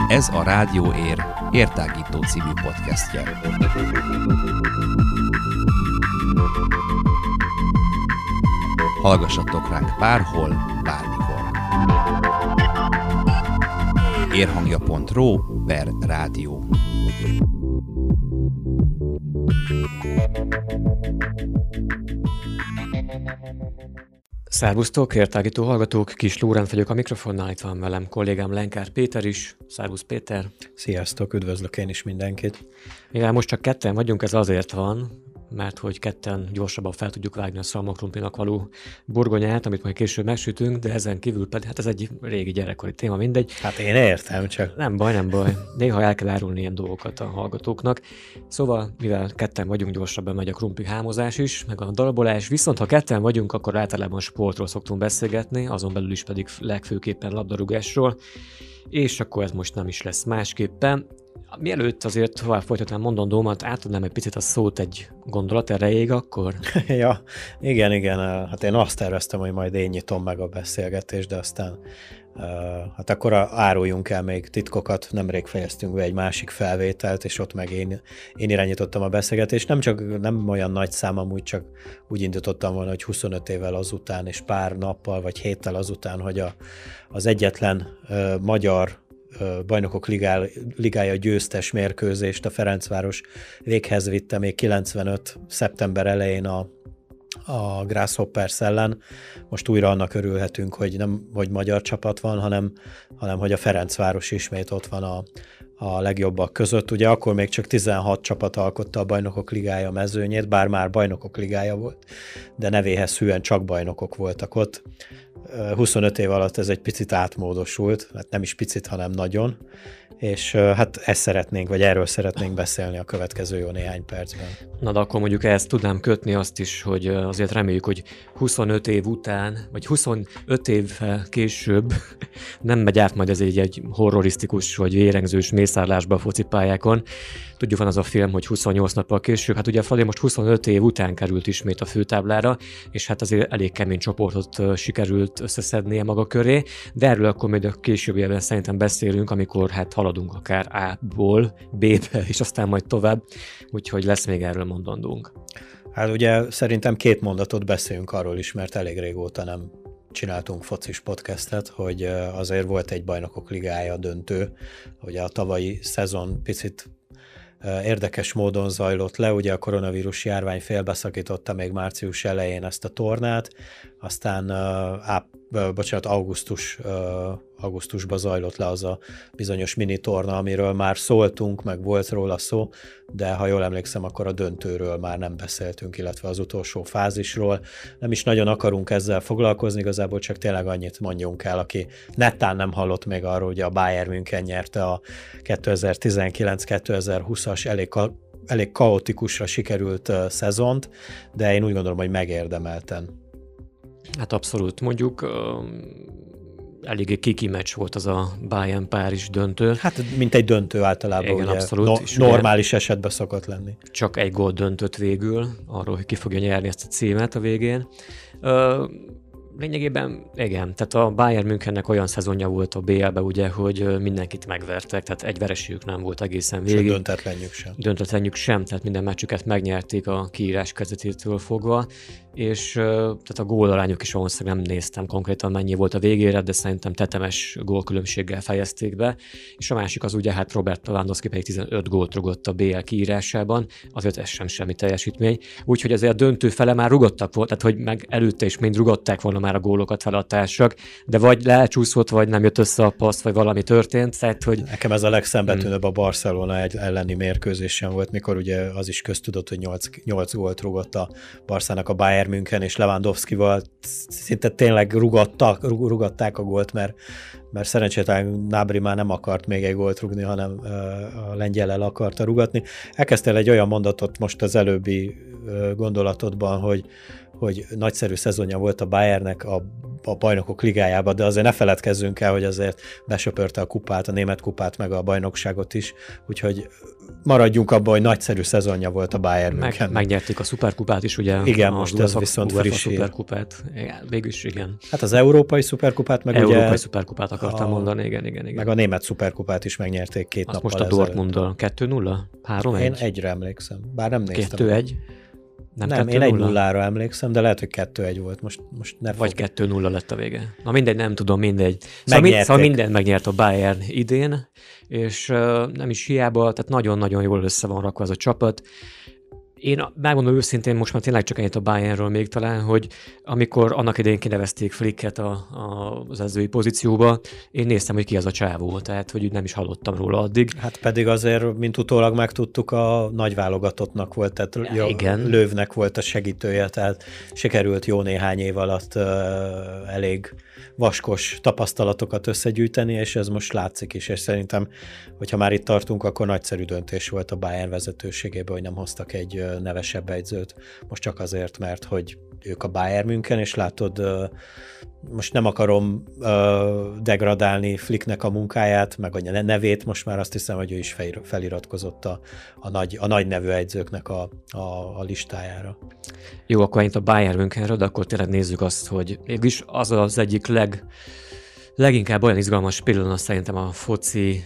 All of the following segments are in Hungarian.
Ez a Rádió Ér értágító című podcastje. Hallgassatok ránk bárhol, bármikor. Érhangja.ro/rádió. Szervusztok, értágító hallgatók, Kis Lórend vagyok a mikrofonnál, itt van velem kollégám Lenkár Péter is. Szervusz Péter! Sziasztok, üdvözlök én is mindenkit! Mivel most csak ketten vagyunk, ez azért van, mert hogy ketten gyorsabban fel tudjuk vágni a szalmakrumplinak való burgonyát, amit majd később megsütünk, de ezen kívül pedig, hát ez egy régi gyerekkori téma, mindegy. Hát én értem, csak... Nem baj. Néha el kell árulni ilyen dolgokat a hallgatóknak. Szóval, mivel ketten vagyunk, gyorsabban megy a krumpli hámozás is, meg a darabolás, viszont ha ketten vagyunk, akkor általában sportról szoktunk beszélgetni, azon belül is pedig legfőképpen labdarúgásról, és akkor ez most nem is lesz másképpen. Mielőtt azért tovább folytatnám mondandómat, átadnám egy picit a szót egy gondolat erejéig akkor? Ja, igen. Hát én azt terveztem, hogy majd én nyitom meg a beszélgetést, de aztán hát akkor áruljunk el még titkokat. Nemrég fejeztünk be egy másik felvételt, és ott meg én irányítottam a beszélgetést. Nem olyan nagy szám amúgy, csak úgy indítottam volna, hogy 25 évvel azután, és pár nappal vagy héttel azután, hogy az egyetlen magyar Bajnokok Ligája győztes mérkőzést a Ferencváros véghez vitte még 95. szeptember elején a Grasshoppers ellen. Most újra annak örülhetünk, hogy nem hogy magyar csapat van, hanem hogy a Ferencváros ismét ott van a legjobbak között. Ugye akkor még csak 16 csapat alkotta a Bajnokok Ligája mezőnyét, bár már Bajnokok Ligája volt, de nevéhez hűen csak bajnokok voltak ott. 25 év alatt ez egy picit átmódosult, hát nem is picit, hanem nagyon, és hát erről szeretnénk beszélni a következő jó néhány percben. Na de akkor mondjuk ezt tudnám kötni azt is, hogy azért reméljük, hogy 25 év után, vagy 25 év később nem megy át majd ez egy horrorisztikus vagy vérengzős mészárlásba a focipályákon. Tudjuk, van az a film, hogy 28 nappal később, hát ugye a Fradi most 25 év után került ismét a főtáblára, és hát azért elég kemény csoportot sikerült összeszednie maga köré, de erről akkor majd a későbbiekben szerintem beszélünk, amikor hát haladunk akár A-ból B-be, és aztán majd tovább, úgyhogy lesz még erről mondandónk. Hát ugye szerintem 2 mondatot beszéljünk arról is, mert elég régóta nem csináltunk focis podcastet, hogy azért volt egy Bajnokok Ligája döntő, ugye a tavalyi szezon picit érdekes módon zajlott le, ugye a koronavírus járvány félbeszakította még március elején ezt a tornát, aztán augusztusban zajlott le az a bizonyos mini torna, amiről már szóltunk, meg volt róla szó, de ha jól emlékszem, akkor a döntőről már nem beszéltünk, illetve az utolsó fázisról. Nem is nagyon akarunk ezzel foglalkozni, igazából csak tényleg annyit mondjunk el, aki nettán nem hallott még arról, hogy a Bayern München nyerte a 2019-2020-as elég kaotikusra sikerült szezont, de én úgy gondolom, hogy megérdemelten. Hát abszolút, mondjuk eléggé kiki meccs volt az a Bayern-Párizs döntő. Hát mint egy döntő általában, igen, ugye abszolút. Normális esetben szokott lenni. Csak egy gól döntött végül, arról, hogy ki fogja nyerni ezt a címet a végén. Lényegében igen, tehát a Bayern Münchennek olyan szezonja volt a BL-be, ugye, hogy mindenkit megvertek, tehát egy vereségük nem volt egészen végig. És döntetlenjük sem, tehát minden meccsüket megnyerték a kiírás kezdetétől fogva, és tehát a gólarányok is valószínűleg nem néztem konkrétan mennyi volt a végére, de szerintem tetemes gólkülönbséggel fejezték be, és a másik az ugye hát Robert Lewandowski pedig 15 gólt rugott a BL kiírásában, azért ez sem semmi teljesítmény, úgyhogy azért a döntő fele már rugottak volt, tehát hogy meg előtte is mind rugották volna már a gólokat fel a társak, de vagy lecsúszott, vagy nem jött össze a passz, vagy valami történt, tehát hogy... Nekem ez a legszembetűnőbb a Barcelona elleni mérkőzésen volt, mikor ugye az is köztudott, hogy 8 gólt rugott a Barszának a Bayern München, és Lewandowskival szinte tényleg rugatták a gólt, mert szerencsétlen Gnabry már nem akart még egy gólt rugni, hanem a lengyellel akarta rugatni. Elkezdtél egy olyan mondatot most az előbbi gondolatodban, hogy hogy nagyszerű szezonja volt a Bayernnek a bajnokok ligájában, de azért ne feledkezzünk el, hogy azért besöpörte a kupát, a német kupát, meg a bajnokságot is, úgyhogy maradjunk abban, hogy nagyszerű szezonja volt a Bayern München. Megnyertük a szuperkupát is, ugye? Igen, most ez viszont friss hír. Szuperkupát. Végülis igen. Hát az európai szuperkupát, meg európai ugye... szuperkupát akartam mondani, igen. Meg a német szuperkupát is megnyerték 2 nappal most a Dortmunddal 2-0? 3-1? Én 1-re emlékszem, bár nem néztem. 2-1? Nem, én 1-0-ra emlékszem, de lehet, hogy 2-1 volt. Most ne vagy 2-0 lett a vége. Na mindegy, nem tudom, mindegy. Szóval mindent megnyert a Bayern idén, és nem is hiába, tehát nagyon-nagyon jól össze van rakva ez a csapat. Én megmondom őszintén, most már tényleg csak ennyit a Bayernről még talán, hogy amikor annak idején kinevezték Flicket az edzői pozícióba, én néztem, hogy ki az a csávó, tehát hogy nem is hallottam róla addig. Hát pedig azért, mint utólag megtudtuk, a nagy válogatottnak volt, tehát Löwnek volt a segítője, tehát sikerült jó néhány év alatt elég vaskos tapasztalatokat összegyűjteni, és ez most látszik is, és szerintem, hogyha már itt tartunk, akkor nagyszerű döntés volt a Bayern vezetőségében, hogy nem hoztak egy nevesebb edzőt, most csak azért, mert hogy ők a Bayern München, és látod, most nem akarom degradálni Flicknek a munkáját, meg a nevét, most már azt hiszem, hogy ő is feliratkozott a nagy nevű edzőknek a listájára. Jó, akkor itt a Bayern Münchenről, de akkor tényleg nézzük azt, hogy mégis az az egyik leginkább olyan izgalmas pillanat szerintem a foci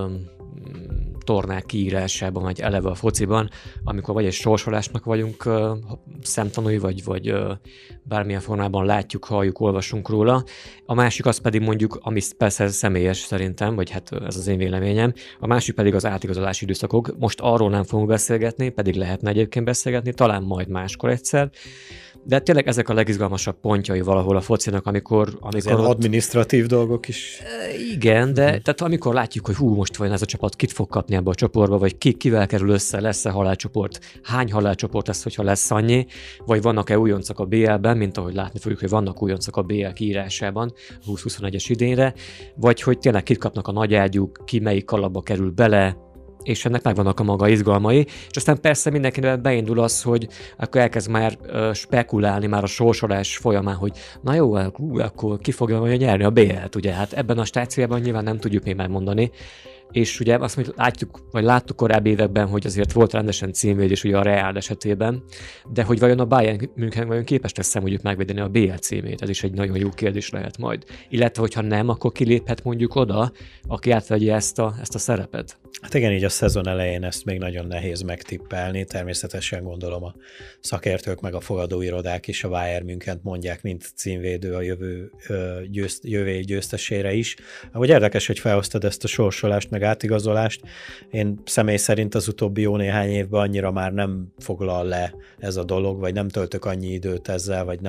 tornák kiírásában, vagy eleve a fociban, amikor vagy egy sorsolásnak vagyunk szemtanúi, vagy bármilyen formában látjuk, halljuk, olvasunk róla. A másik az pedig mondjuk, ami persze személyes szerintem, vagy hát ez az én véleményem, a másik pedig az átigazolási időszakok. Most arról nem fogunk beszélgetni, pedig lehetne egyébként beszélgetni, talán majd máskor egyszer. De tényleg ezek a legizgalmasabb pontjai valahol a focinak, amikor adminisztratív dolgok is. Igen, de tehát amikor látjuk, hogy most vajon ez a csapat kit fog kapni ebbe a csoportba, vagy kivel kerül össze, lesz-e halálcsoport, hány halálcsoport lesz, hogyha lesz annyi, vagy vannak-e újoncok a BL-ben, mint ahogy látni fogjuk, hogy vannak újoncok a BL kiírásában 2021-es idénre, vagy hogy tényleg kit kapnak a nagyágyúk, ki melyik kalapba kerül bele, és ennek megvannak a maga izgalmai, és aztán persze mindenkinek beindul az, hogy akkor elkezd már spekulálni már a sorsolás folyamán, hogy na jó, akkor ki fogja majd nyerni a BL-t, ugye, hát ebben a stációban nyilván nem tudjuk még megmondani, és ugye azt mondjuk láttuk korábbi években, hogy azért volt rendesen címvédés ugye a Real esetében, de hogy vajon a Bayern München vajon képes lesz mondjuk megvédeni a BL címét, ez is egy nagyon jó kérdés lehet majd. Illetve, hogyha nem, akkor kiléphet mondjuk oda, aki átvegye ezt a szerepet. Hát igen, így a szezon elején ezt még nagyon nehéz megtippelni, természetesen gondolom a szakértők meg a fogadóirodák is a Bayern Münchent mondják, mint címvédő a jövő győztesére is. Ahogy érdekes, hogy felhoztad ezt a sorsolást meg átigazolást, én személy szerint az utóbbi jó néhány évben annyira már nem foglal le ez a dolog, vagy nem töltök annyi időt ezzel, vagy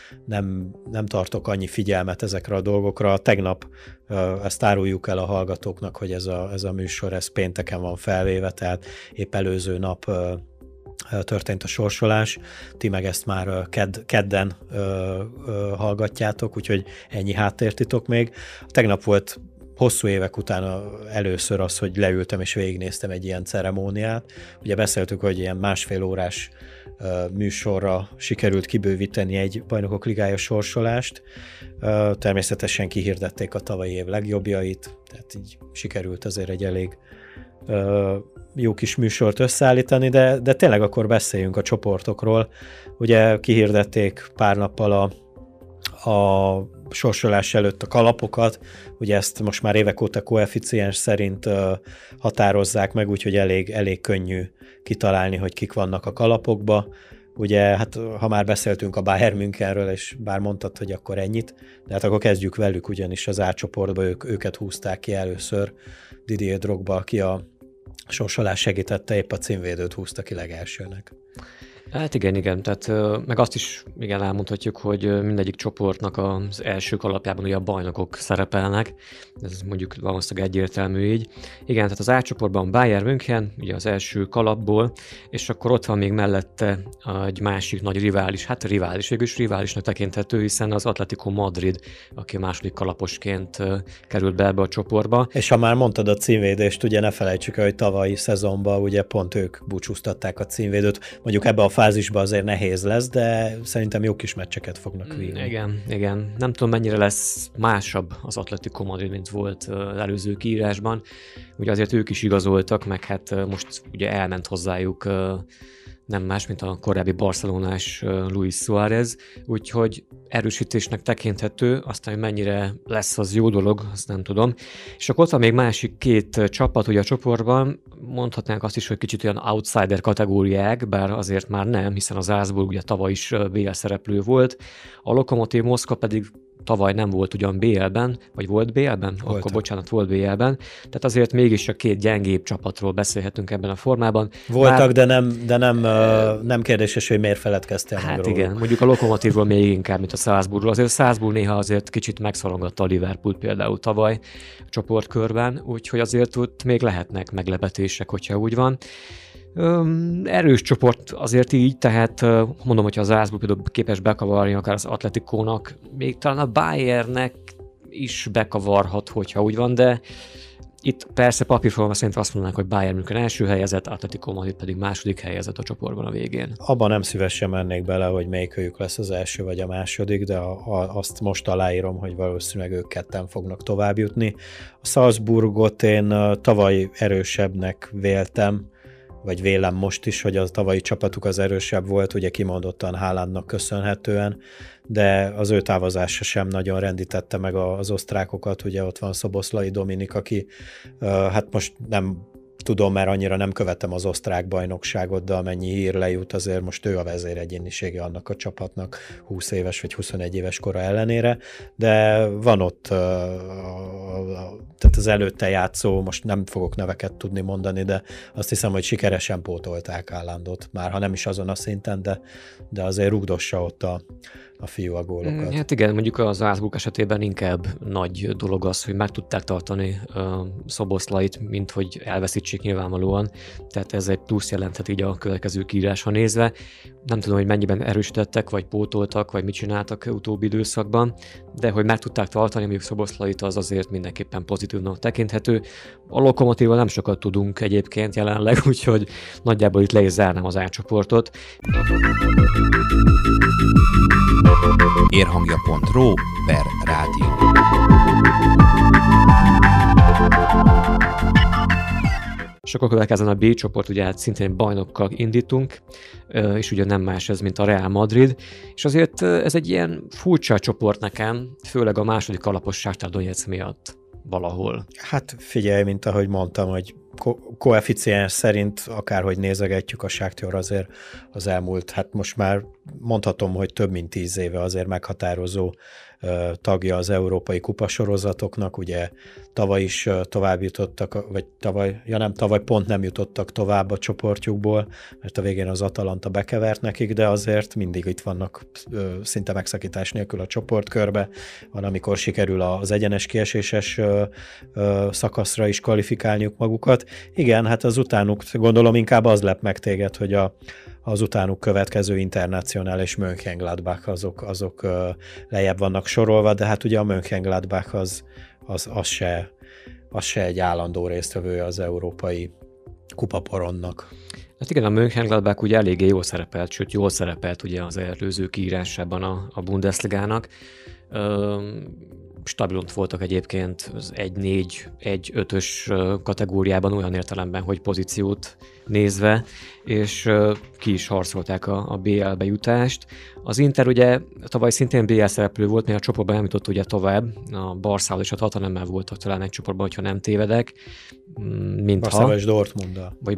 nem tartok annyi figyelmet ezekre a dolgokra. Tegnap ezt áruljuk el a hallgatóknak, hogy ez a műsor, ez pénteken van felvéve, tehát épp előző nap történt a sorsolás, ti meg ezt már kedden hallgatjátok, úgyhogy ennyi háttértitok még. Tegnap volt hosszú évek után először az, hogy leültem és végignéztem egy ilyen ceremóniát. Ugye beszéltük, hogy ilyen 1,5 órás műsorra sikerült kibővíteni egy Bajnokok Ligája sorsolást. Természetesen kihirdették a tavalyi év legjobbjait, tehát így sikerült azért egy elég jó kis műsort összeállítani, de tényleg akkor beszéljünk a csoportokról. Ugye kihirdették pár nappal a sorsolás előtt a kalapokat, ugye ezt most már évek óta koeficiens szerint határozzák meg, úgyhogy elég könnyű kitalálni, hogy kik vannak a kalapokba. Ugye, hát ha már beszéltünk a Bayern Münchenről, és bár mondtad, hogy akkor ennyit, de hát akkor kezdjük velük, ugyanis az A csoportba őket húzták ki először. Didier Drogba, aki a sorsolás segítette, épp a címvédőt húzta ki legelsőnek. Hát igen, tehát meg azt is igen elmondhatjuk, hogy mindegyik csoportnak az első kalapjában ugye a bajnokok szerepelnek, ez mondjuk valószínűleg egyértelmű így. Igen, tehát az A csoportban Bayern München, ugye az első kalapból, és akkor ott van még mellette egy másik nagy rivális, hát végülis riválisnak tekinthető, hiszen az Atletico Madrid, aki második kalaposként került be ebbe a csoportba. És ha már mondtad a címvédést, ugye ne felejtsük el, hogy tavalyi szezonban ugye pont ők búcsúztatták a címvédőt, mondjuk ebbe a grupafázisban azért nehéz lesz, de szerintem jó kis meccseket fognak vívni. Igen. Nem tudom, mennyire lesz másabb az Atletico Madrid, mint volt az előző kiírásban. Ugye azért ők is igazoltak, meg hát most ugye elment hozzájuk nem más, mint a korábbi barcelonás Luis Suárez, úgyhogy erősítésnek tekinthető, aztán, hogy mennyire lesz az jó dolog, azt nem tudom. És akkor ott van még másik két csapat ugye a csoportban, mondhatnánk azt is, hogy kicsit olyan outsider kategóriák, bár azért már nem, hiszen az Salzburg ugye tavaly is BL szereplő volt, a Lokomotív Moszkva pedig tavaly nem volt ugyan BL-ben, vagy volt BL-ben? Akkor bocsánat, volt BL-ben. Tehát azért mégis a két gyengébb csapatról beszélhetünk ebben a formában. Voltak, de nem kérdéses, hogy miért feledkeztél meg róluk. Igen, mondjuk a Lokomotívról még inkább, mint a Salzburgról. Azért a Salzburg néha azért kicsit megszorongatta a Liverpoolt például tavaly a csoportkörben, úgyhogy azért ott még lehetnek meglepetések, hogyha úgy van. Erős csoport azért így, tehát mondom, hogyha az Salzburg például képes bekavarni akár az Atletikónak, még talán a Bayernnek is bekavarhat, hogyha úgy van, de itt persze papírforma szerint azt mondanánk, hogy Bayern München első helyezett, Atletico Madrid pedig második helyezett a csoportban a végén. Abban nem szívesen mennék bele, hogy melyikőjük lesz az első vagy a második, de azt most aláírom, hogy valószínűleg ők ketten fognak tovább jutni. A Salzburgot én tavaly erősebbnek véltem, vagy vélem most is, hogy a tavalyi csapatuk az erősebb volt, ugye kimondottan Haalandnak köszönhetően, de az ő távozása sem nagyon rendítette meg az osztrákokat, ugye ott van Szoboszlai Dominik, aki hát most nem tudom, mert annyira nem követem az osztrák bajnokságot, de amennyi hír lejut, azért most ő a vezéregyénisége annak a csapatnak 20 éves vagy 21 éves kora ellenére, de van ott tehát az előtte játszó, most nem fogok neveket tudni mondani, de azt hiszem, hogy sikeresen pótolták Haalandot, már ha nem is azon a szinten, de azért rugdossa ott a fiú a gólokat. Hát igen, mondjuk az Salzburg esetében inkább nagy dolog az, hogy meg tudták tartani Szoboszlait, mint hogy elveszítsék nyilvánvalóan, tehát ez egy plusz jelenthet így a következő kiírásra nézve. Nem tudom, hogy mennyiben erősítettek, vagy pótoltak, vagy mit csináltak utóbbi időszakban, de hogy meg tudták tartani, mondjuk Szoboszlait, az azért mindenképpen pozitívnak tekinthető. A Lokomotívval nem sokat tudunk egyébként jelenleg, úgyhogy nagyjából itt le is zárnám az átcsoportot. Érhangja.ro/rádió. És akkor következzen a B csoport, ugye hát szintén bajnokkal indítunk, és ugye nem más ez, mint a Real Madrid, és azért ez egy ilyen furcsa csoport nekem, főleg a második alapos Shakhtar Donetsk miatt valahol. Hát figyelj, mint ahogy mondtam, hogy koeficiens szerint akárhogy nézegetjük, a Shakhtar azért az elmúlt, hát most már mondhatom, hogy több mint 10 éve azért meghatározó tagja az európai kupasorozatoknak, ugye tavaly is tovább jutottak, vagy tavaly pont nem jutottak tovább a csoportjukból, mert a végén az Atalanta bekevert nekik, de azért mindig itt vannak szinte megszakítás nélkül a csoportkörbe, van, amikor sikerül az egyenes kieséses szakaszra is kvalifikálniuk magukat. Igen, hát az utánuk, gondolom inkább az lep meg téged, hogy az utánuk következő Internacional és Mönchengladbach azok lejjebb vannak sorolva, de hát ugye a Mönchengladbach az se egy állandó résztvevője az európai kupaporonnak. Hát igen, a Mönchengladbach ugye eléggé jól szerepelt, sőt jól szerepelt ugye az előző kiírásában a Bundesligának. Stabilont voltak egyébként az 1-4, 1-5-ös kategóriában olyan értelemben, hogy pozíciót nézve, és ki is harcolták a BL-be jutást. Az Inter ugye tavaly szintén BL szereplő volt, mert a csoportban nem jutott ugye tovább, a Barszával és a Tottenhammel voltak talán egy csoportban, hogyha nem tévedek. Barszával és Dortmunddal. Vagy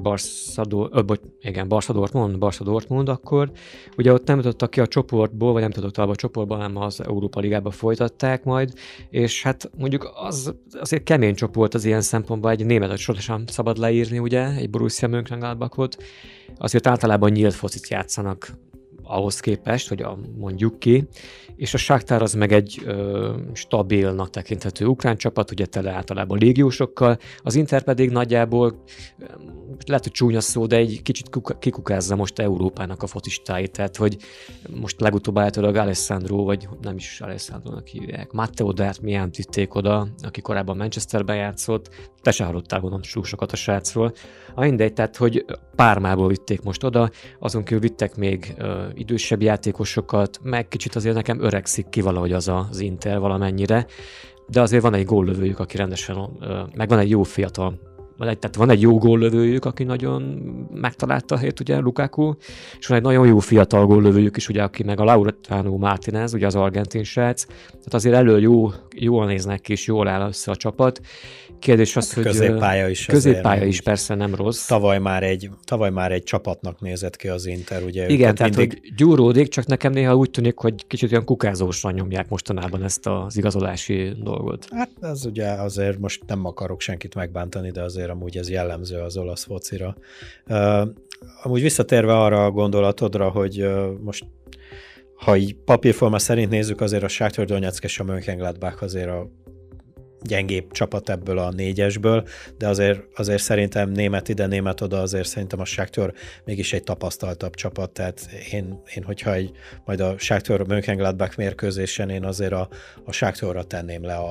Barca Dortmund akkor. Ugye ott nem jutottak ki a csoportból, vagy nem jutottak tovább a csoportban, hanem az Európa Ligába folytatták majd, és hát mondjuk az azért kemény csoport az ilyen szempontból, egy németet sosem szabad leírni, ugye, egy Borussia Mönchengladbachot. Azért általában nyílt focit játszanak ahhoz képest, hogy mondjuk ki, és a Shakhtar az meg egy stabilnak tekinthető ukrán csapat, ugye tele általában légiósokkal, az Inter pedig nagyjából lehet, hogy csúnya szó, de egy kicsit kikukázza most Európának a focistáit, tehát hogy most legutóbb általában Alessandro, vagy nem is Alessandrónak hívják, Matteo Darmian vitték oda, aki korábban Manchesterben játszott, te se hallottál gondolom sokat a srácról. Mindegy, tehát hogy Parmából vitték most oda, azon kívül vittek még idősebb játékosokat, meg kicsit azért nekem öregszik ki valahogy az Inter valamennyire, de azért van egy góllövőjük, aki rendesen, meg van egy jó fiatal, tehát van egy jó góllövőjük, aki nagyon megtalálta a helyét, ugye Lukaku, és van egy nagyon jó fiatal góllövőjük is, ugye, aki meg a Lautaro Martinez, ugye az argentin srác, tehát azért jól néznek ki, és jól áll össze a csapat. Kérdés az, hogy középpálya is persze nem rossz. Tavaly már egy csapatnak nézett ki az Inter, ugye. Igen, tehát mindig... hogy gyúródik, csak nekem néha úgy tűnik, hogy kicsit olyan kukázósra nyomják mostanában ezt az igazolási dolgot. Hát ez ugye azért most nem akarok senkit megbántani, de azért amúgy ez jellemző az olasz focira. Amúgy visszatérve arra a gondolatodra, hogy most ha így papírforma szerint nézzük, azért a Shakhtar Donetsk és a Mönchengladbach azért a gyengébb csapat ebből a 4-esből, de azért szerintem német ide, német oda, azért szerintem a Shakhtar mégis egy tapasztaltabb csapat, tehát én hogyha majd a Shakhtar Mönchengladbach mérkőzésen én azért a Shakhtarra tenném le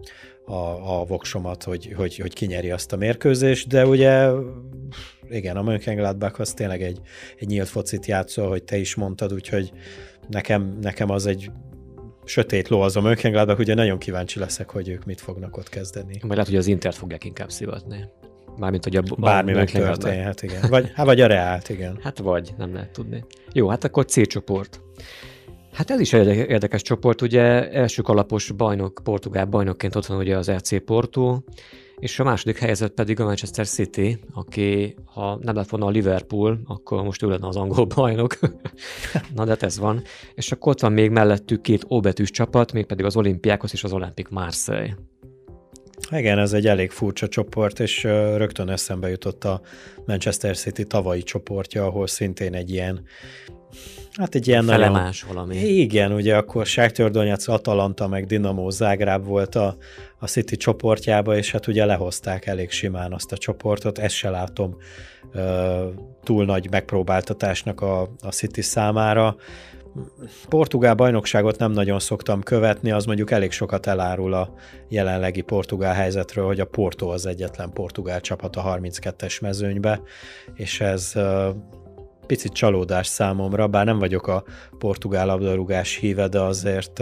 a voksomat, hogy kinyeri azt a mérkőzést, de ugye igen, a Mönchengladbach az tényleg egy nyílt focit játszol, ahogy te is mondtad, úgyhogy nekem az egy sötét ló az a Mönchengladbach, ugye nagyon kíváncsi leszek, hogy ők mit fognak ott kezdeni. Majd lehet, hogy az Intert fogják inkább szivatni. Mármint, hogy bármi megtörténhet, igen. Vagy a Reált, igen. Hát vagy, nem lehet tudni. Jó, hát akkor C csoport. Hát ez is egy érdekes csoport, ugye első kalapos bajnok, portugál bajnokként ott van ugye az FC Porto, és a második helyzet pedig a Manchester City, aki ha nem lett volna a Liverpool, akkor most ő lenne az angol bajnok. Na de ez van. És akkor ott van még mellettük két óbetűs csapat, mégpedig az Olympiakos és az Olympique Marseille. Igen, ez egy elég furcsa csoport, és rögtön eszembe jutott a Manchester City tavalyi csoportja, ahol szintén egy ilyen felemás valami. Igen, ugye akkor Shakhtar Donetsk, Atalanta, meg Dinamo Zágráb volt a City csoportjába, és hát ugye lehozták elég simán azt a csoportot, ezt se látom túl nagy megpróbáltatásnak a City számára. Portugál bajnokságot nem nagyon szoktam követni, az mondjuk elég sokat elárul a jelenlegi portugál helyzetről, hogy a Porto az egyetlen portugál csapat a 32-es mezőnybe, és ez picit csalódás számomra, bár nem vagyok a portugál labdarúgás híve, de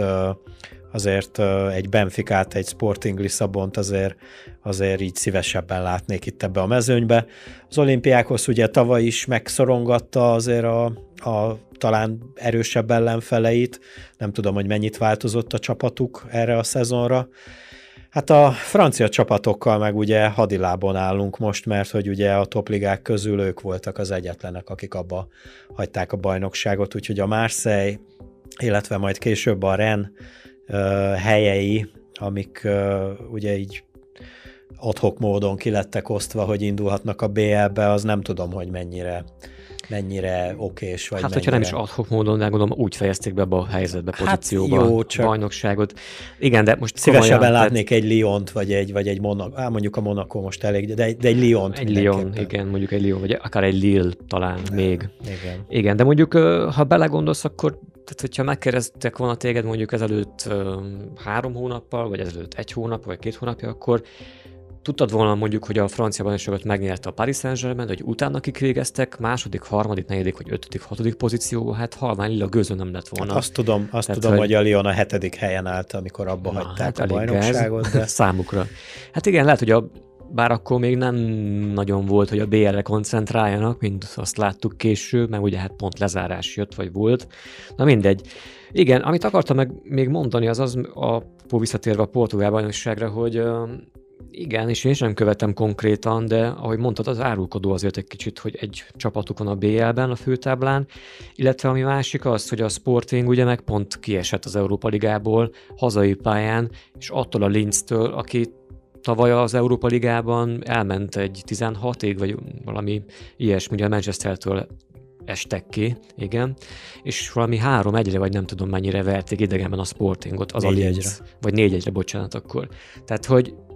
azért egy Benficát, egy Sporting Lisszabont azért így szívesebben látnék itt ebbe a mezőnybe. Az Olympiákos ugye tavaly is megszorongatta azért a talán erősebb ellenfeleit, nem tudom, hogy mennyit változott a csapatuk erre a szezonra. Hát a francia csapatokkal meg ugye hadilábon állunk most, mert hogy ugye a topligák közül ők voltak az egyetlenek, akik abba hagyták a bajnokságot, úgyhogy a Marseille, illetve majd később a Rennes helyei, amik ugye így ad-hoc módon kilettek osztva, hogy indulhatnak a BL-be, az nem tudom, hogy mennyire okés, vagy hát, mennyire... hogyha nem is ad-hoc módon, de gondolom úgy fejezték be abba a helyzetbe, pozícióba, jó, a bajnokságot. Igen, de most szívesebben látnék egy Lyont, vagy egy Monaco, mondjuk a Monaco most elég, de egy Lyont. Egy Lyon, igen, mondjuk egy Lyon, vagy akár egy Lille talán még. Igen. Igen, de mondjuk, ha belegondolsz, akkor tehát, hogyha megkérdeztek volna téged mondjuk ezelőtt 3 hónappal, vagy ezelőtt 1 hónap, vagy 2 hónapja, akkor tudtad volna mondjuk, hogy a francia bajnokságot megnyerte a Paris Saint-Germain, hogy utána kik végeztek, második, harmadik, negyedik, vagy 5., 6. pozícióban, hát halvány lila gőzön nem lett volna. Hát azt tudom, hogy a Lyon a 7. helyen állt, amikor abba hagyták a bajnokságot. De... számukra. Hát igen, lehet, hogy bár akkor még nem nagyon volt, hogy a BL-re koncentráljanak, mint azt láttuk később, mert ugye hát pont lezárás jött, vagy volt. Na mindegy. Igen, amit akartam még mondani, az visszatérve a portugál bajnokságra, hogy igen, és én sem követem konkrétan, de ahogy mondtad, az árulkodó azért egy kicsit, hogy egy csapatuk van a BL-ben, a főtáblán, illetve ami másik az, hogy a Sporting ugye meg pont kiesett az Európa Ligából hazai pályán, és attól a Linztől, aki tavaly az Európa Ligában elment egy 16-ig, vagy valami ilyesmi, ugye a Manchestertől estek ki, igen, és valami 3-1-re, vagy nem tudom mennyire verték idegenben a Sportingot, az 4-1-re. a Linz, vagy 4-1-re, bocsánat akkor. Tehát, hogy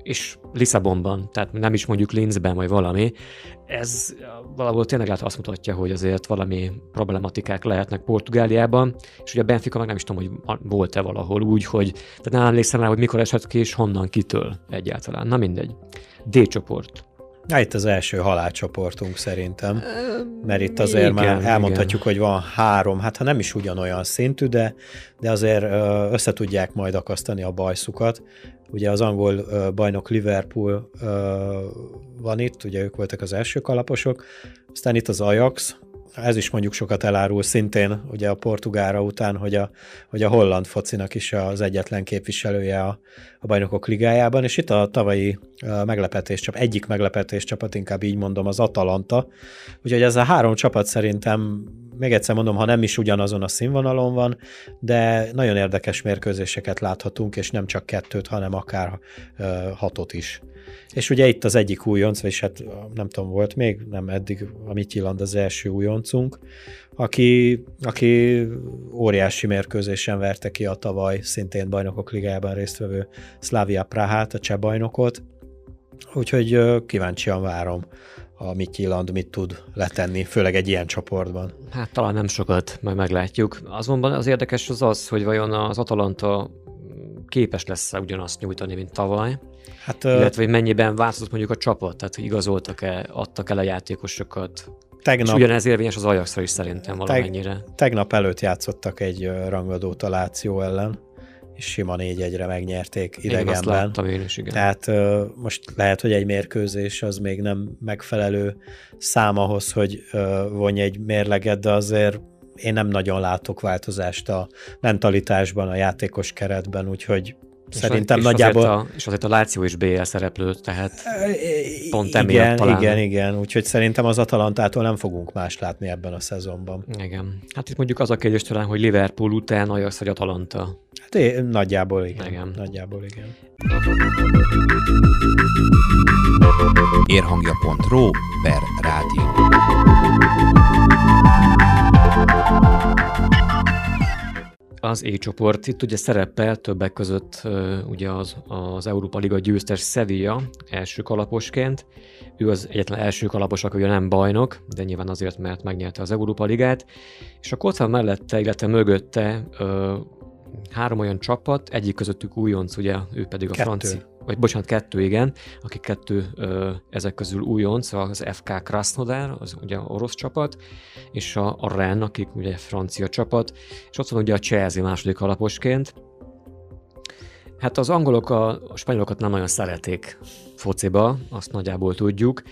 és Lisszabonban, tehát nem is mondjuk Linzben, vagy valami, ez valahol tényleg azt mutatja, hogy azért valami problematikák lehetnek Portugáliában, és ugye a Benfica meg nem is tudom, hogy volt-e valahol úgy, hogy tehát nem emlékszem rá, hogy mikor esett ki, és honnan, kitől egyáltalán. Na mindegy. D csoport. Itt az első halálcsoportunk szerintem, mert itt azért már elmondhatjuk, hogy van 3, hát ha nem is ugyanolyan szintű, de azért össze tudják majd akasztani a bajszukat. Ugye az angol bajnok Liverpool van itt, ugye ők voltak az első kalaposok, aztán itt az Ajax, ez is mondjuk sokat elárul szintén ugye a Portugára után, hogy a holland focinak is az egyetlen képviselője a bajnokok ligájában, és itt a tavalyi egyik meglepetés csapat, inkább így mondom, az Atalanta. Úgyhogy ez a 3 csapat szerintem, még egyszer mondom, ha nem is ugyanazon a színvonalon van, de nagyon érdekes mérkőzéseket láthatunk, és nem csak 2, hanem akár 6 is. És ugye itt az egyik újonc, és hát nem tudom, volt még, nem eddig a Midtjylland az első újoncunk, aki óriási mérkőzésen verte ki a tavaly szintén bajnokok ligájában résztvevő Slavia Prahát, a cseh bajnokot. Úgyhogy kíváncsian várom, a Midtjylland mit tud letenni, főleg egy ilyen csoportban. Hát talán nem sokat, majd meglátjuk. Azonban az érdekes az, hogy vajon az Atalanta képes lesz ugyanazt nyújtani, mint tavaly, illetve hogy mennyiben változott mondjuk a csapat, tehát hogy igazoltak-e, adtak el a játékosokat. És ugyanez érvényes az Ajaxra is szerintem valamennyire. Tegnap előtt játszottak egy rangadót a Láció ellen, és sima 4-1-re megnyerték idegenben. Én azt láttam én is, igen. Tehát most lehet, hogy egy mérkőzés az még nem megfelelő szám ahhoz, hogy vonj egy mérleget, de azért én nem nagyon látok változást a mentalitásban, a játékos keretben, úgyhogy szerintem nagyjából... És azért a Láció is BL szereplő, tehát pont emiatt talán. Igen, úgyhogy szerintem az Atalantától nem fogunk más látni ebben a szezonban. Igen. Hát itt mondjuk az a kérdés talán, hogy Liverpool után Ajax vagy Atalanta. Hát nagyjából igen. Nagyjából igen. Érhangja.ro/rádió. Az E csoport, itt ugye szerepel többek között ugye az Európa Liga győztes Sevilla első kalaposként. Ő az egyetlen első kalapos, aki ugye nem bajnok, de nyilván azért, mert megnyerte az Európa Ligát. És akkor ott van mellette, illetve mögötte 3 olyan csapat, egyik közöttük újonc, ugye, ő pedig a francia. Vagy bocsánat, 2, igen, akik 2 ezek közül újonc, az FK Krasnodar, az ugye orosz csapat, és a Rennes, akik ugye francia csapat, és ott van ugye a Chelsea második alaposként. Hát az angolok a spanyolokat nem nagyon szeretik fociba, azt nagyjából tudjuk.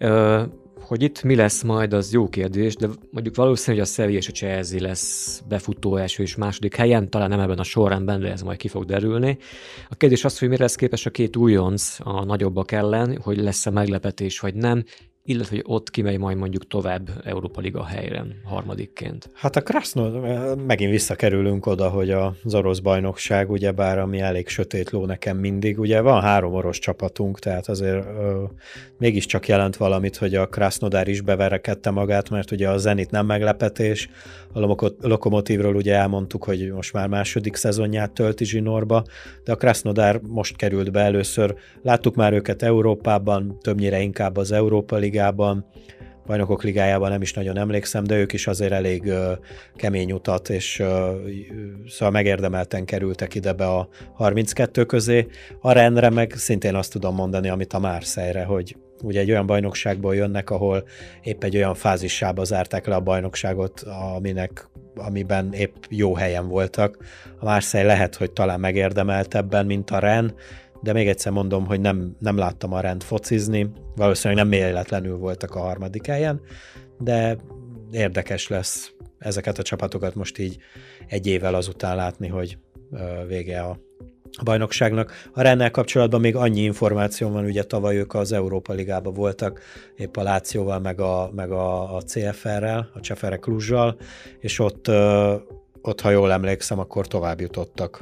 Hogy itt mi lesz majd, az jó kérdés, de mondjuk valószínű, hogy a Sevilla és a Chelsea lesz befutó első és második helyen, talán nem ebben a sorrendben, de ez majd ki fog derülni. A kérdés az, hogy mire lesz képes a 2 újonc a nagyobbak ellen, hogy lesz-e meglepetés vagy nem, illetve hogy ott kimegy majd mondjuk tovább Európa Liga helyre harmadikként. Hát a Krasnodar, megint visszakerülünk oda, hogy az orosz bajnokság, ugyebár ami elég sötét ló nekem mindig, ugye van 3 orosz csapatunk, tehát azért mégiscsak jelent valamit, hogy a Krasnodar is beverekedte magát, mert ugye a Zenit nem meglepetés, a Lokomotívról ugye elmondtuk, hogy most már második szezonját tölti zsinórba, de a Krasnodar most került be először, láttuk már őket Európában, többnyire inkább az Európa Ligában, Bajnokok Ligájában nem is nagyon emlékszem, de ők is azért elég kemény utat, és szóval megérdemelten kerültek ide be a 32 közé. A Rennesre meg szintén azt tudom mondani, amit a Marseille-re, hogy ugye egy olyan bajnokságból jönnek, ahol épp egy olyan fázisába zárták le a bajnokságot, amiben épp jó helyen voltak. A Marseille lehet, hogy talán megérdemeltebben, mint a Rennes, de még egyszer mondom, hogy nem láttam a Rennes focizni, valószínűleg nem véletlenül voltak a harmadik helyen, de érdekes lesz ezeket a csapatokat most így egy évvel azután látni, hogy vége a bajnokságnak. A Rennes-nel kapcsolatban még annyi információ van, ugye tavaly ők az Európa Ligában voltak, épp a Lációval, meg a CFR-rel, a Csefere Clujjal, és ott, ha jól emlékszem, akkor tovább jutottak,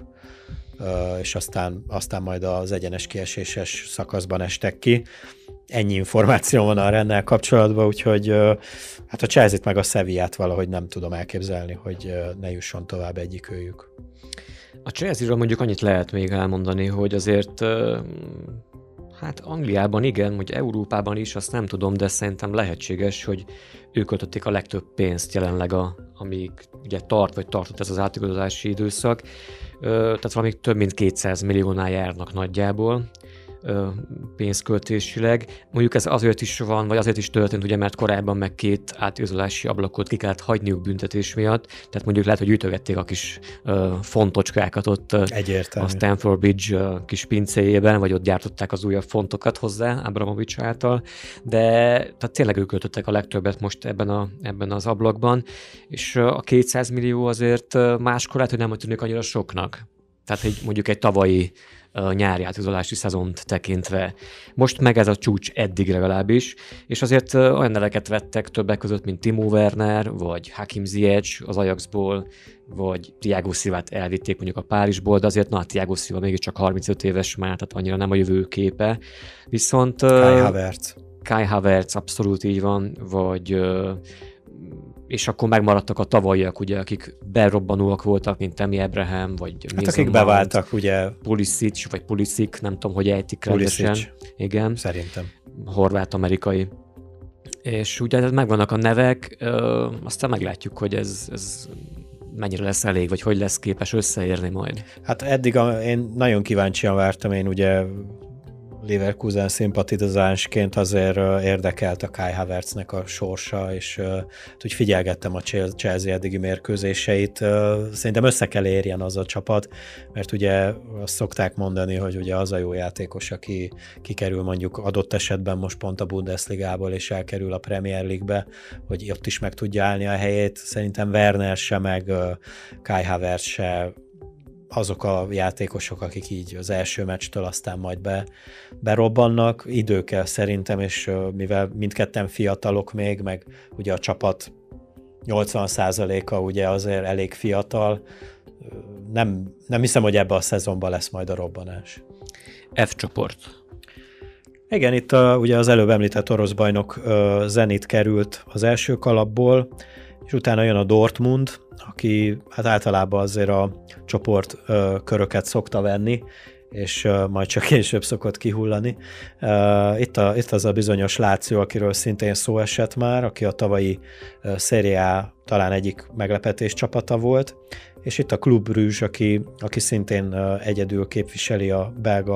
és aztán majd az egyenes kieséses szakaszban estek ki. Ennyi információ van a Rennes-nel kapcsolatban, úgyhogy hát a Chelsea-t meg a Sevillát valahogy nem tudom elképzelni, hogy ne jusson tovább egyikőjük. A Chelsea-ről mondjuk annyit lehet még elmondani, hogy azért Hát Angliában igen, hogy Európában is, azt nem tudom, de szerintem lehetséges, hogy ők költötték a legtöbb pénzt jelenleg, amíg ugye tartott ez az átigazolási időszak. Tehát valami több mint 200 milliónál járnak nagyjából pénzköltésileg. Mondjuk ez azért is van, vagy azért is történt, ugye, mert korábban meg 2 átigazolási ablakot ki kellett hagyniuk büntetés miatt, tehát mondjuk lehet, hogy gyűjtögették a kis fontocskákat ott a Stamford Bridge kis pincéjében, vagy ott gyártották az újabb fontokat hozzá Abramovich által, de tehát tényleg ők költöttek a legtöbbet most ebben az ablakban, és a 200 millió azért máskor lehet, hogy nem tűnik annyira soknak. Tehát mondjuk egy tavalyi nyári átigazolási szezont tekintve. Most meg ez a csúcs eddig legalábbis, és azért olyan neveket vettek többek között, mint Timo Werner, vagy Hakim Ziyech az Ajaxból, vagy Thiago Silvát elvitték mondjuk a Párizsból, de azért Thiago Silva mégiscsak 35 éves már, tehát annyira nem a jövőképe. Viszont Kai Havertz abszolút így van, vagy és akkor megmaradtak a tavalyiak, ugye, akik berobbanóak voltak, mint Tammy Abraham, vagy hát akik beváltak, ugye. Pulisic, nem tudom, hogy ejtik rendesen. Igen. Szerintem. Horvát-amerikai. És ugye megvannak a nevek, aztán meglátjuk, hogy ez mennyire lesz elég, vagy hogy lesz képes összeérni majd. Hát eddig én nagyon kíváncsian vártam, én ugye Leverkusen szimpatizánsként azért érdekelt a Kai Havertznek a sorsa, és úgy figyelgettem a Chelsea eddigi mérkőzéseit. Szerintem össze kell érjen az a csapat, mert ugye azt szokták mondani, hogy ugye az a jó játékos, aki kikerül mondjuk adott esetben most pont a Bundesligából, és elkerül a Premier League-be, hogy ott is meg tudja állni a helyét. Szerintem Werner se, meg Kai Havertz se azok a játékosok, akik így az első meccstől aztán majd berobbannak. Idő kell szerintem, és mivel mindketten fiatalok még, meg ugye a csapat 80%-a ugye azért elég fiatal, nem hiszem, hogy ebbe a szezonban lesz majd a robbanás. F csoport. Igen, itt ugye az előbb említett orosz bajnok Zenit került az első kalapból, és utána jön a Dortmund, aki hát általában azért a csoport köröket szokta venni, és majd csak később szokott kihullani. Itt az a bizonyos Lazio, akiről szintén szó esett már, aki a tavalyi Serie A talán egyik meglepetés csapata volt, és itt a Club Brugge, aki szintén egyedül képviseli a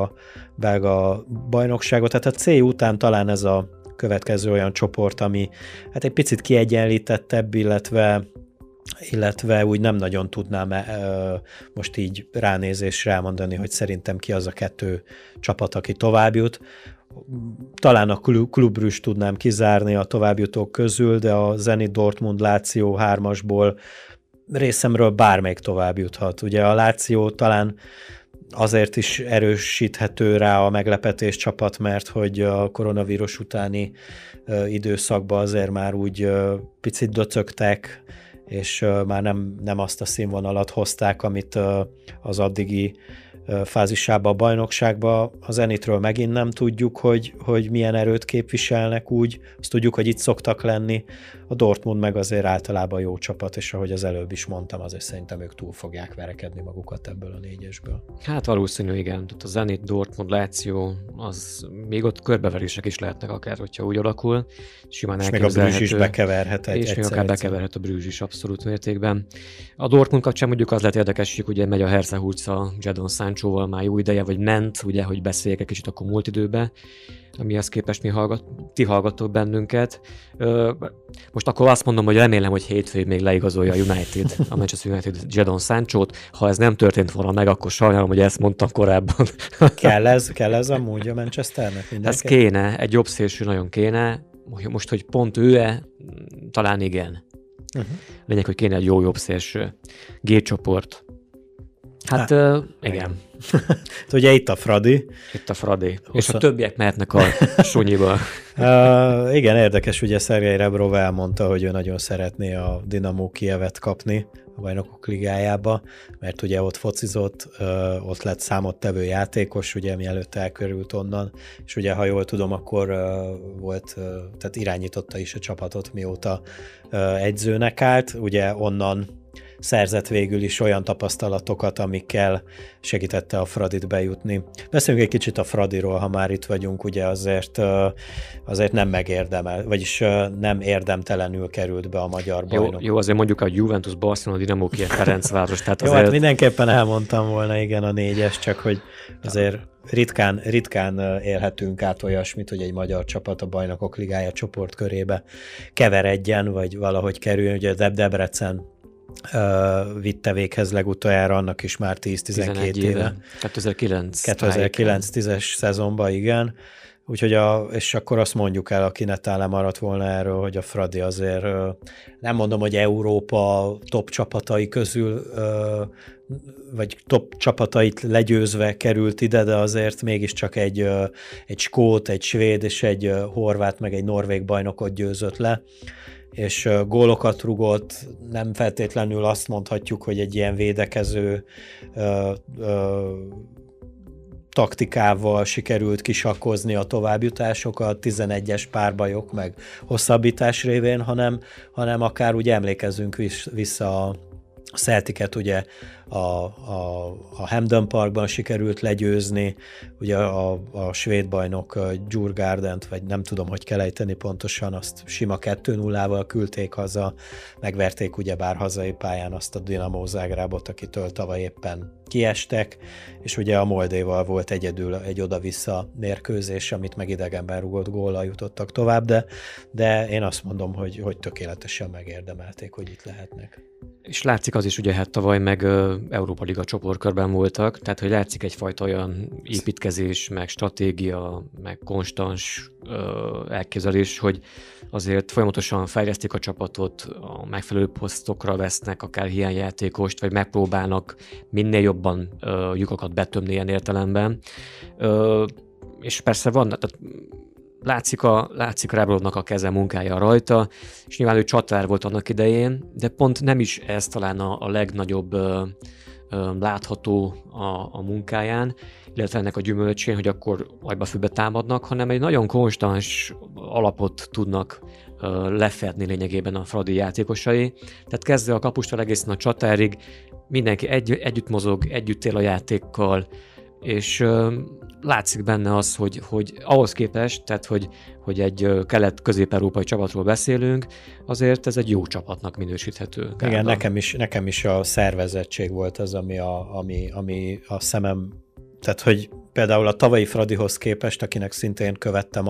belga bajnokságot. Tehát a C után talán ez a következő olyan csoport, ami hát egy picit kiegyenlítettebb, illetve úgy nem nagyon tudnám most így ránézésre elmondani, hogy szerintem ki az a 2 csapat, aki tovább jut. Talán a Club Brugge tudnám kizárni a továbbjutók közül, de a Zenit, Dortmund, Lazio 3-asból részemről bármelyik tovább juthat. Ugye a Lazio talán azért is erősíthető rá a meglepetés csapat, mert hogy a koronavírus utáni időszakban azért már úgy picit döcögtek, és már nem azt a színvonalat hozták, amit az addigi fázisában a bajnokságban. A Zenitről megint nem tudjuk, hogy milyen erőt képviselnek úgy, azt tudjuk, hogy itt szoktak lenni. A Dortmund meg azért általában jó csapat, és ahogy az előbb is mondtam, azért szerintem ők túl fogják verekedni magukat ebből a 4-esből. Hát valószínű, igen. Tehát a Zenit, Dortmund, Lazio, az még ott körbeverések is lehetnek akár, hogyha úgy alakul. Simán és még a Brugge is bekeverhet és még akár bekeverhet a Brugge is abszolút mértékben. A Dortmund kapcsán mondjuk az lehet érdekes, hogy ugye megy a Herze-Hurca Jadon Sanchoval már jó ideje, vagy ment, ugye, hogy beszéljek egy kicsit akkor múlt időben, amihez képest ti hallgattok bennünket. Most akkor azt mondom, hogy remélem, hogy hétfőig még leigazolja a Manchester United Jadon Sanchót. Ha ez nem történt volna meg, akkor sajnálom, hogy ezt mondtam korábban. Kell ez amúgy a Manchesternek? Ez kéne, egy jobb szélső nagyon kéne. Most, hogy pont ő-e, talán igen. Lényeg, hogy kéne egy jó jobb szélső. G-csoport. Hát igen. Ugye itt a Fradi. És a többiek mehetnek a sunyiba. Igen, érdekes, ugye Szergej Rebrov elmondta, hogy ő nagyon szeretné a Dinamo Kijevet kapni a Bajnokok Ligájába, mert ugye ott focizott, ott lett számottevő játékos, ugye mielőtt elkerült onnan, és ugye ha jól tudom, akkor volt, tehát irányította is a csapatot, mióta edzőnek állt, ugye onnan szerzett végül is olyan tapasztalatokat, amikkel segítette a Fradit bejutni. Beszéljünk egy kicsit a Fradiról, ha már itt vagyunk, ugye azért nem megérdemel, vagyis nem érdemtelenül került be a magyar bajnok. Jó, azért mondjuk a Juventus, Barcelona, Dinamo Kiev, Ferencváros. Tehát azért... Jó, hát mindenképpen elmondtam volna, igen, a 4-es, csak hogy azért ritkán élhetünk át olyasmit, hogy egy magyar csapat a Bajnokok Ligája csoportkörébe keveredjen, vagy valahogy kerüljön. Ugye Debrecen vitte véghez legutoljára, annak is már 10-12 éve. 2009-10-es szezonban, igen. Úgyhogy és akkor azt mondjuk el, aki netán lemaradt volna erről, hogy a Fradi azért nem mondom, hogy Európa top csapatai közül, vagy top csapatait legyőzve került ide, de azért mégiscsak egy skót, egy svéd és egy horvát, meg egy norvég bajnokot győzött le, és gólokat rugott, nem feltétlenül azt mondhatjuk, hogy egy ilyen védekező taktikával sikerült kisakkozni a továbbjutásokat, 11-es párbajok meg hosszabbítás révén, hanem akár úgy emlékezzünk vissza a Celticet, ugye a Hampden Parkban sikerült legyőzni, ugye a svéd bajnok Djurgardent, vagy nem tudom, hogy kell ejteni pontosan, azt sima 2-0-val küldték haza, megverték ugyebár hazai pályán azt a Dinamo Zágrábot, akitől tavaly éppen kiestek, és ugye a Moldéval volt egyedül egy oda-vissza mérkőzés, amit meg idegenben rugott góllal jutottak tovább, de én azt mondom, hogy tökéletesen megérdemelték, hogy itt lehetnek. És látszik az is, ugye hát tavaly meg Európa Liga csoportkörben voltak, tehát hogy látszik egyfajta olyan építkezés, meg stratégia, meg konstans elképzelés, hogy azért folyamatosan fejlesztik a csapatot, a megfelelő posztokra vesznek akár hiányjátékost, vagy megpróbálnak minél jobban lyukakat betömni ilyen értelemben. És persze van, tehát látszik Rebrovnak a keze munkája rajta, és nyilván ő csatár volt annak idején, de pont nem is ez talán a legnagyobb látható a munkáján, illetve ennek a gyümölcsén, hogy akkor agyba-fülbe támadnak, hanem egy nagyon konstans alapot tudnak lefedni lényegében a Fradi játékosai. Tehát kezdve a kapustól egészen a csatárig mindenki együtt mozog, együtt él a játékkal, és látszik benne az, hogy ahhoz képest, tehát hogy egy kelet-közép-európai csapatról beszélünk, azért ez egy jó csapatnak minősíthető. Igen, nekem is a szervezettség volt az, ami a szemem, tehát hogy például a tavalyi Fradihoz képest, akinek szintén követtem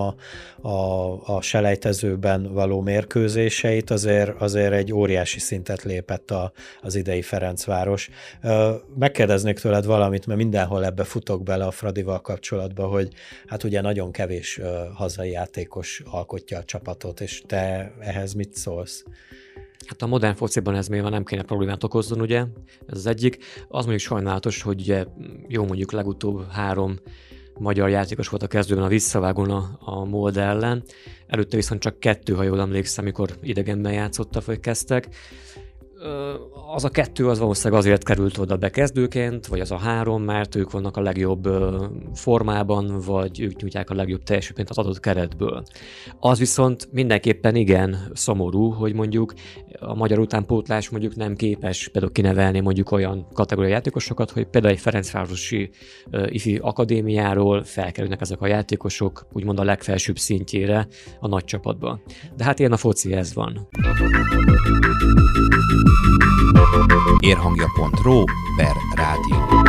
a selejtezőben való mérkőzéseit, azért egy óriási szintet lépett az idei Ferencváros. Megkérdeznék tőled valamit, mert mindenhol ebbe futok bele a Fradival kapcsolatban, hogy hát ugye nagyon kevés hazai játékos alkotja a csapatot, és te ehhez mit szólsz? Hát a modern fociban ez még nem kéne problémát okozzon, ugye? Ez az egyik. Az mondjuk sajnálatos, hogy ugye jó mondjuk legutóbb 3 magyar játékos volt a kezdőben a visszavágón a Molde ellen. Előtte viszont csak 2, ha jól emlékszem, amikor idegenben játszottak, vagy kezdtek. Az a 2 az valószínűleg azért került oda bekezdőként, vagy az a 3, mert ők vannak a legjobb formában, vagy ők nyújtják a legjobb teljesítményt az adott keretből. Az viszont mindenképpen igen szomorú, hogy mondjuk a magyar utánpótlás mondjuk nem képes például kinevelni mondjuk olyan kategóriai játékosokat, hogy például egy ferencvárosi ifi akadémiáról felkerülnek ezek a játékosok úgymond a legfelsőbb szintjére a nagy csapatba. De hát ilyen a foci, ez van. Érhangja.ro/rádió.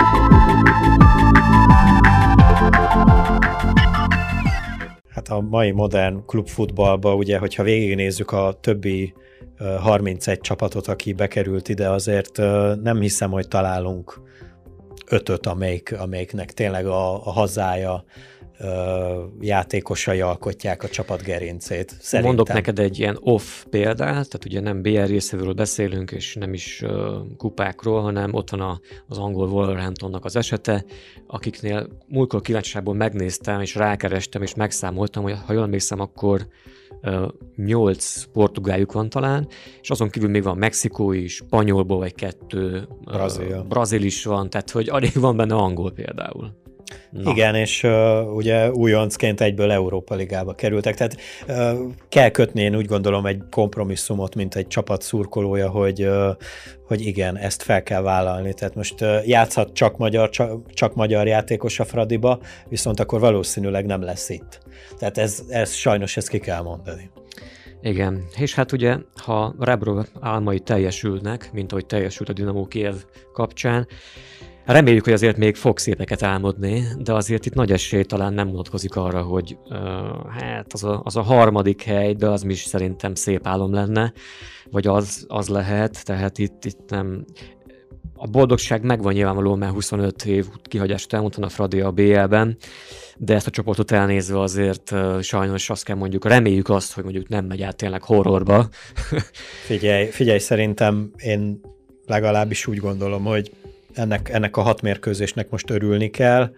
Hát a mai modern klubfutballban, ugye, hogyha végignézzük a többi 31 csapatot, aki bekerült ide, azért nem hiszem, hogy találunk 5-öt, amelyiknek tényleg a hazája játékosai alkotják a csapat gerincét. Szerintem. Mondok neked egy ilyen off példát, tehát ugye nem BR részéről beszélünk, és nem is kupákról, hanem ott van az angol Wolverhamptonnak az esete, akiknél múltkor kíváncsiságból megnéztem, és rákerestem, és megszámoltam, hogy ha jól emlékszem, akkor 8 portugáljuk van talán, és azon kívül még van mexikói, spanyolból vagy 2 brazil is van, tehát hogy alig van benne angol például. Igen, és ugye újoncként egyből Európa Ligába kerültek, tehát kell kötni, én úgy gondolom, egy kompromisszumot, mint egy csapat szurkolója, hogy igen, ezt fel kell vállalni. Tehát most játszhat csak magyar játékos a Fradiba, viszont akkor valószínűleg nem lesz itt. Tehát ez sajnos ezt ki kell mondani. Igen, és hát ugye, ha Rebrov álmai teljesülnek, mint ahogy teljesült a Dinamo Kijev kapcsán, reméljük, hogy azért még fog szépeket álmodni, de azért itt nagy esély talán nem vonatkozik arra, hogy hát az a harmadik hely, de az is szerintem szép álom lenne, vagy az lehet, tehát itt nem... A boldogság megvan nyilvánvalóan, mert 25 év kihagyást elmondta a Fradi a BL-ben, de ezt a csoportot elnézve azért sajnos azt kell mondjuk, reméljük azt, hogy mondjuk nem megy át tényleg horrorba. Figyelj, szerintem én legalábbis úgy gondolom, hogy ennek a 6 mérkőzésnek most örülni kell,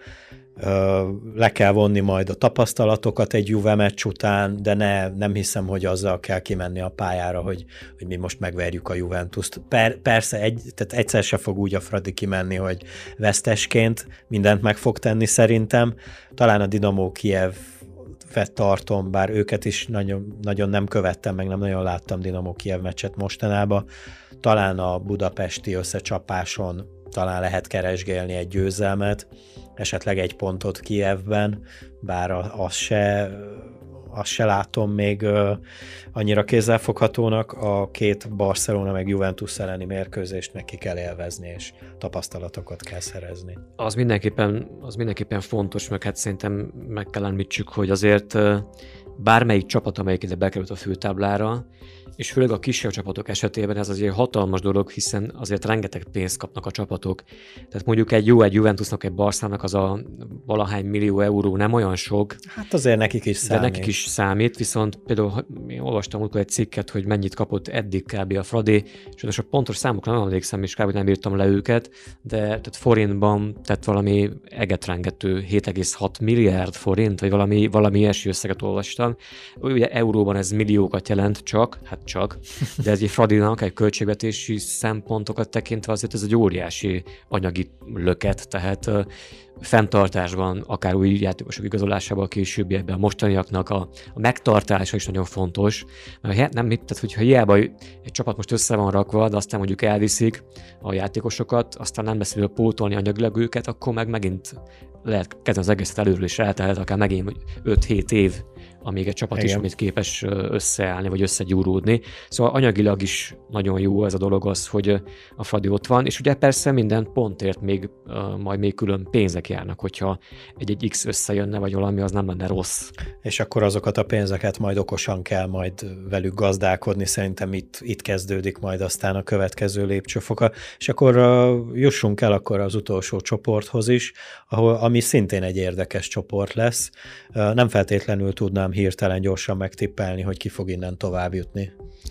le kell vonni majd a tapasztalatokat egy Juve meccs után, de nem hiszem, hogy azzal kell kimenni a pályára, hogy mi most megverjük a Juventust. Persze, tehát egyszer se fog úgy a Fradi kimenni, hogy vesztesként mindent meg fog tenni szerintem. Talán a Dinamo Kijevet tartom, bár őket is nagyon, nagyon nem követtem, meg nem nagyon láttam Dinamo Kijev meccset mostanában. Talán a budapesti összecsapáson talán lehet keresgélni egy győzelmet, esetleg egy pontot Kijevben, bár azt se látom még annyira kézzelfoghatónak, a két Barcelona meg Juventus elleni mérkőzést meg ki kell élvezni, és tapasztalatokat kell szerezni. Az mindenképpen fontos, meg hát szerintem meg kell említsük, hogy azért bármelyik csapat, amelyik ide bekerült a főtáblára, és főleg a kisebb csapatok esetében ez azért hatalmas dolog, hiszen azért rengeteg pénzt kapnak a csapatok. Tehát mondjuk egy Juventusnak, egy Barszának az a valahány millió euró nem olyan sok. Hát azért nekik is számít. De nekik is számít, viszont például én olvastam múltkor egy cikket, hogy mennyit kapott eddig kb. A Fradi, és most a pontos számokra nem emlékszem, és kb. Nem írtam le őket, de tehát forintban, tehát valami egetrengető 7,6 milliárd forint, vagy valami ilyesmi összeget olvastam. Ugye euróban ez milliókat jelent csak, de ez egy Fradinak egy költségvetési szempontokat tekintve azért ez egy óriási anyagi löket, tehát fenntartásban, akár új játékosok igazolásában, a későbbiekben, a mostaniaknak a megtartása is nagyon fontos. Mert tehát, hogyha hiába egy csapat most össze van rakva, de aztán mondjuk elviszik a játékosokat, aztán nem beszélő pótolni anyagilag őket, akkor megint lehet kezdeni az egészet előről, és eltehet akár megint 5-7 év, amíg egy csapat ismét képes összeállni, vagy összegyúródni. Szóval anyagilag is nagyon jó ez a dolog az, hogy a Fradi ott van, és ugye persze minden pontért majd még külön pénzek járnak, hogyha egy X összejönne, vagy valami, az nem lenne rossz. És akkor azokat a pénzeket majd okosan kell majd velük gazdálkodni, szerintem itt kezdődik majd aztán a következő lépcsőfoka. És akkor jussunk el akkor az utolsó csoporthoz is, ami szintén egy érdekes csoport lesz. Nem feltétlenül tudnám hirtelen gyorsan megtippelni, hogy ki fog innen tovább jutni.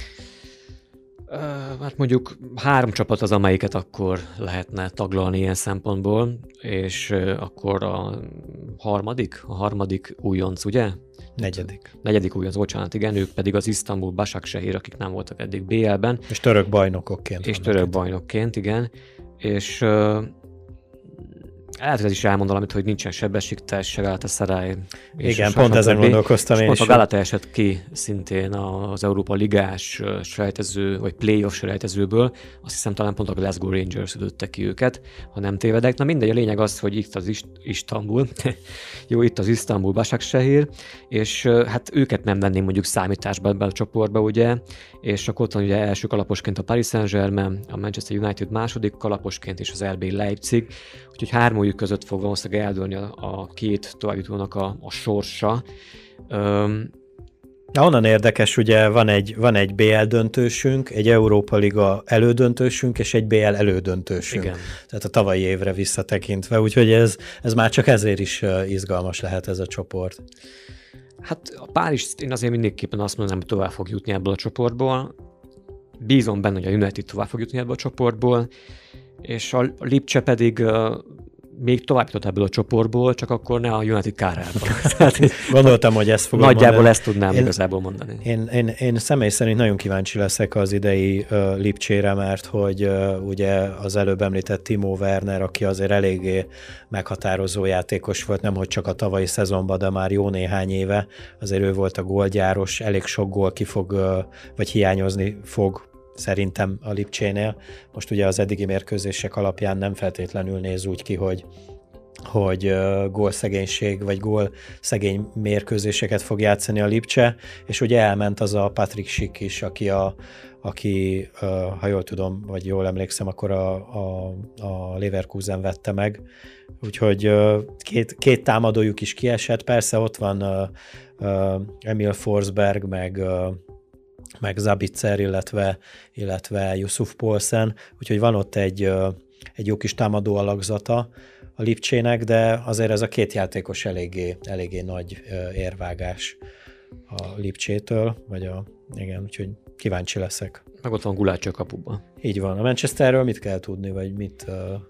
Hát mondjuk 3 csapat az, amelyiket akkor lehetne taglalni ilyen szempontból, és akkor a harmadik újonc, ugye? Negyedik újonc, bocsánat, igen, ők pedig az Isztambul Başakşehir, akik nem voltak eddig BL-ben. És török bajnokokként. Igen. És lehet, hogy ez is elmond valamit, hogy nincsen Sebbesiktas, se Galatasaray. Igen, pont ezen gondolkoztam én is. Pont a Galata esett ki szintén az Európa Ligás selejtező, vagy playoff selejtezőből. Azt hiszem, talán pont a Glasgow Rangers ütötte ki őket, ha nem tévedek. Na mindegy, a lényeg az, hogy itt az Isztambul. Jó, itt az Isztambul Başakşehir, és hát őket nem venném mondjuk számításba ebben a csoportba, ugye, és akkor ott van ugye első kalaposként a Paris Saint-Germain, a Manchester United második kalaposként, és az RB Leipzig, úgyhogy hármójuk között fog valószínűleg eldőlni a két továbbjutónak a sorsa. Onnan érdekes, ugye van egy BL döntősünk, egy Európa Liga elődöntősünk, és egy BL elődöntősünk. Igen. Tehát a tavalyi évre visszatekintve, úgyhogy ez már csak ezért is izgalmas lehet ez a csoport. Hát a Párizs, én azért mindenképpen azt mondanám, hogy tovább fog jutni ebből a csoportból. Bízom benne, hogy a United tovább fog jutni ebből a csoportból, és a Lipcse pedig még tovább jutott ebből a csoportból, csak akkor ne a United kárában. Gondoltam, hogy ezt fogom Nagyjából mondani. ezt tudnám igazából mondani. Én személy szerint nagyon kíváncsi leszek az idei Lipcsére, mert hogy ugye az előbb említett Timo Werner, aki azért eléggé meghatározó játékos volt, nemhogy csak a tavalyi szezonban, de már jó néhány éve, azért ő volt a gólgyáros, elég sok gól vagy hiányozni fog szerintem a Lipcsénél. Most ugye az eddigi mérkőzések alapján nem feltétlenül néz úgy ki, hogy gólszegénység vagy gólszegény mérkőzéseket fog játszani a Lipcse, és ugye elment az a Patrick Schick is, aki ha jól tudom, vagy jól emlékszem, akkor a Leverkusen vette meg. Úgyhogy két támadójuk is kiesett. Persze ott van Emil Forsberg, meg Zabitzer, illetve Yusuf Poulsen, úgyhogy van ott egy jó kis támadó alakzata a Lipcsének, de azért ez a két játékos eléggé nagy érvágás a Lipcsétől, igen, úgyhogy kíváncsi leszek. Meg ott van Gulácsi a kapuban. Így van. A Manchesterről mit kell tudni, vagy mit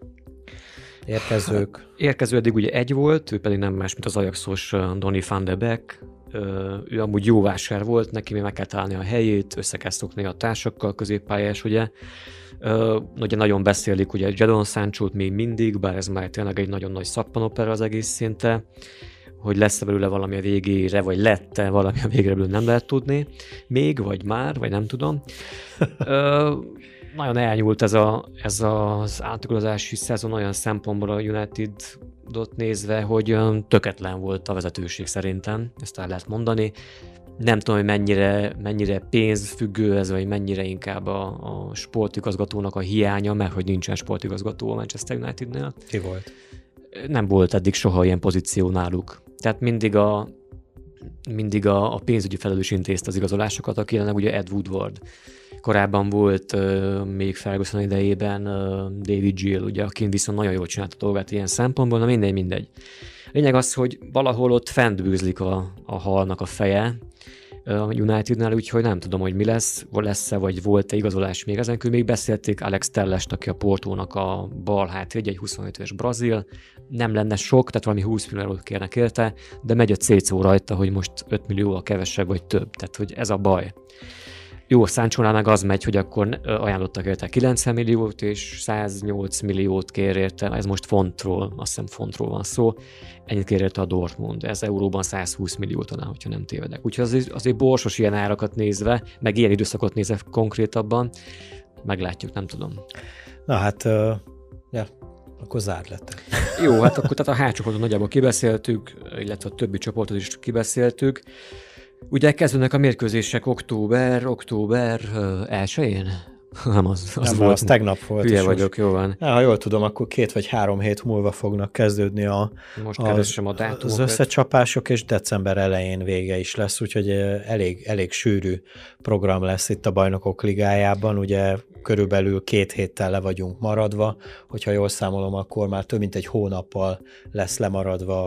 érkezők? Érkező eddig ugye egy volt, ő pedig nem más, mint az Ajaxos Donny van de Beek. Ő amúgy jó vásár volt, neki még meg kell találni a helyét, össze kell szokni a társakkal, középpályás, ugye. Ugye nagyon beszélik ugye Jadon Sanchót még mindig, bár ez már tényleg egy nagyon nagy szappanopera az egész szinte, hogy lesz-e belőle valami a végére, vagy lett-e valami a végére belőle, nem lehet tudni. Még, vagy már, vagy nem tudom. Nagyon elnyúlt ez az átigazolási szezon olyan szempontból a United-ot nézve, hogy tökéletlen volt a vezetőség szerintem, ezt el lehet mondani. Nem tudom, hogy mennyire pénzfüggő ez, vagy mennyire inkább a sportigazgatónak a hiánya, mert hogy nincsen sportigazgató a Manchester Unitednél. Ki volt? Nem volt eddig soha ilyen pozíció náluk. Tehát mindig a pénzügyi felelős intézte az igazolásokat, aki jelenleg ugye Ed Woodward. Korábban volt még Ferguson idejében David Gill, ugye, aki viszont nagyon jól csinálta a dolgát ilyen szempontból, na mindegy. Lényeg az, hogy valahol ott fent bűzlik a halnak a feje a Unitednál, úgyhogy nem tudom, hogy mi lesz-e, vagy volt-e igazolás még ezen kívül. Még beszélték Alex Tellest, aki a Portónak a bal hátvédje, egy 25 éves brazil. Nem lenne sok, tehát valami 20 milliót kérnek érte, de megy a CCO rajta, hogy most 5 millióval kevesebb, vagy több. Tehát, hogy ez a baj. Jó, Sanchónál meg az megy, hogy akkor ajánlottak érte 90 milliót, és 108 milliót kér érte, ez most fontról, azt hiszem fontról van szó, ennyit kér érte a Dortmund, ez euróban 120 millió talán, hogyha nem tévedek. Úgyhogy azért borsos ilyen árakat nézve, meg ilyen időszakot nézve konkrétabban, meglátjuk, nem tudom. Na hát, akkor zárd lett. Jó, hát akkor tehát a H csoportot nagyjából kibeszéltük, illetve a többi csoportot is kibeszéltük. Ugye kezdődnek a mérkőzések október 1-én? Nem, az volt. Az tegnap volt. Hülye vagyok, jó van. Ha jól tudom, akkor 2 vagy 3 hét múlva fognak kezdődni most keresem a dátumokat. Az összecsapások, és december elején vége is lesz, úgyhogy elég sűrű program lesz itt a Bajnokok Ligájában. Ugye körülbelül 2 héttel le vagyunk maradva, hogyha jól számolom, akkor már több mint egy hónappal lesz lemaradva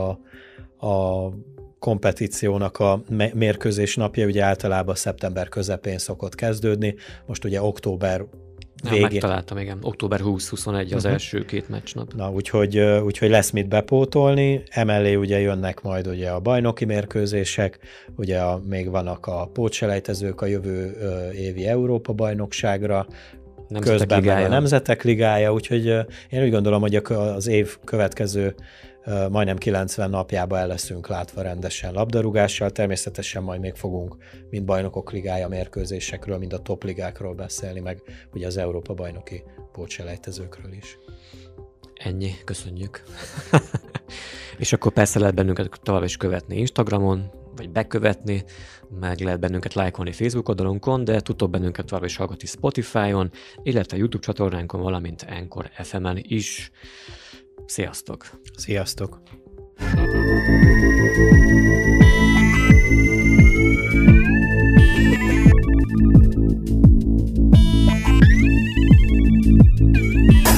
a kompetíciónak a mérkőzés napja, ugye általában szeptember közepén szokott kezdődni, most ugye október végén. Megtaláltam, igen. Október 20-21 az első 2 meccsnap. Na, úgyhogy lesz mit bepótolni, emellé ugye jönnek majd ugye a bajnoki mérkőzések, ugye még vannak a pótselejtezők a jövő évi Európa-bajnokságra, közben meg a Nemzetek Ligája, úgyhogy én úgy gondolom, hogy az év következő majdnem 90 napjában el leszünk látva rendesen labdarúgással. Természetesen majd még fogunk mind Bajnokok Ligája mérkőzésekről, mind a topligákról beszélni, meg ugye az Európa-bajnoki pótselejtezőkről is. Ennyi, köszönjük. És akkor persze lehet bennünket tovább is követni Instagramon, vagy bekövetni, meg lehet bennünket lájkolni Facebook oldalunkon, de tudtok bennünket tovább is hallgatni Spotify-on, illetve YouTube csatornánkon, valamint Anchor FM-en is. Sziasztok! Sziasztok!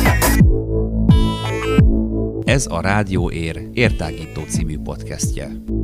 Ez a Rádió Ér értágító című podcastje.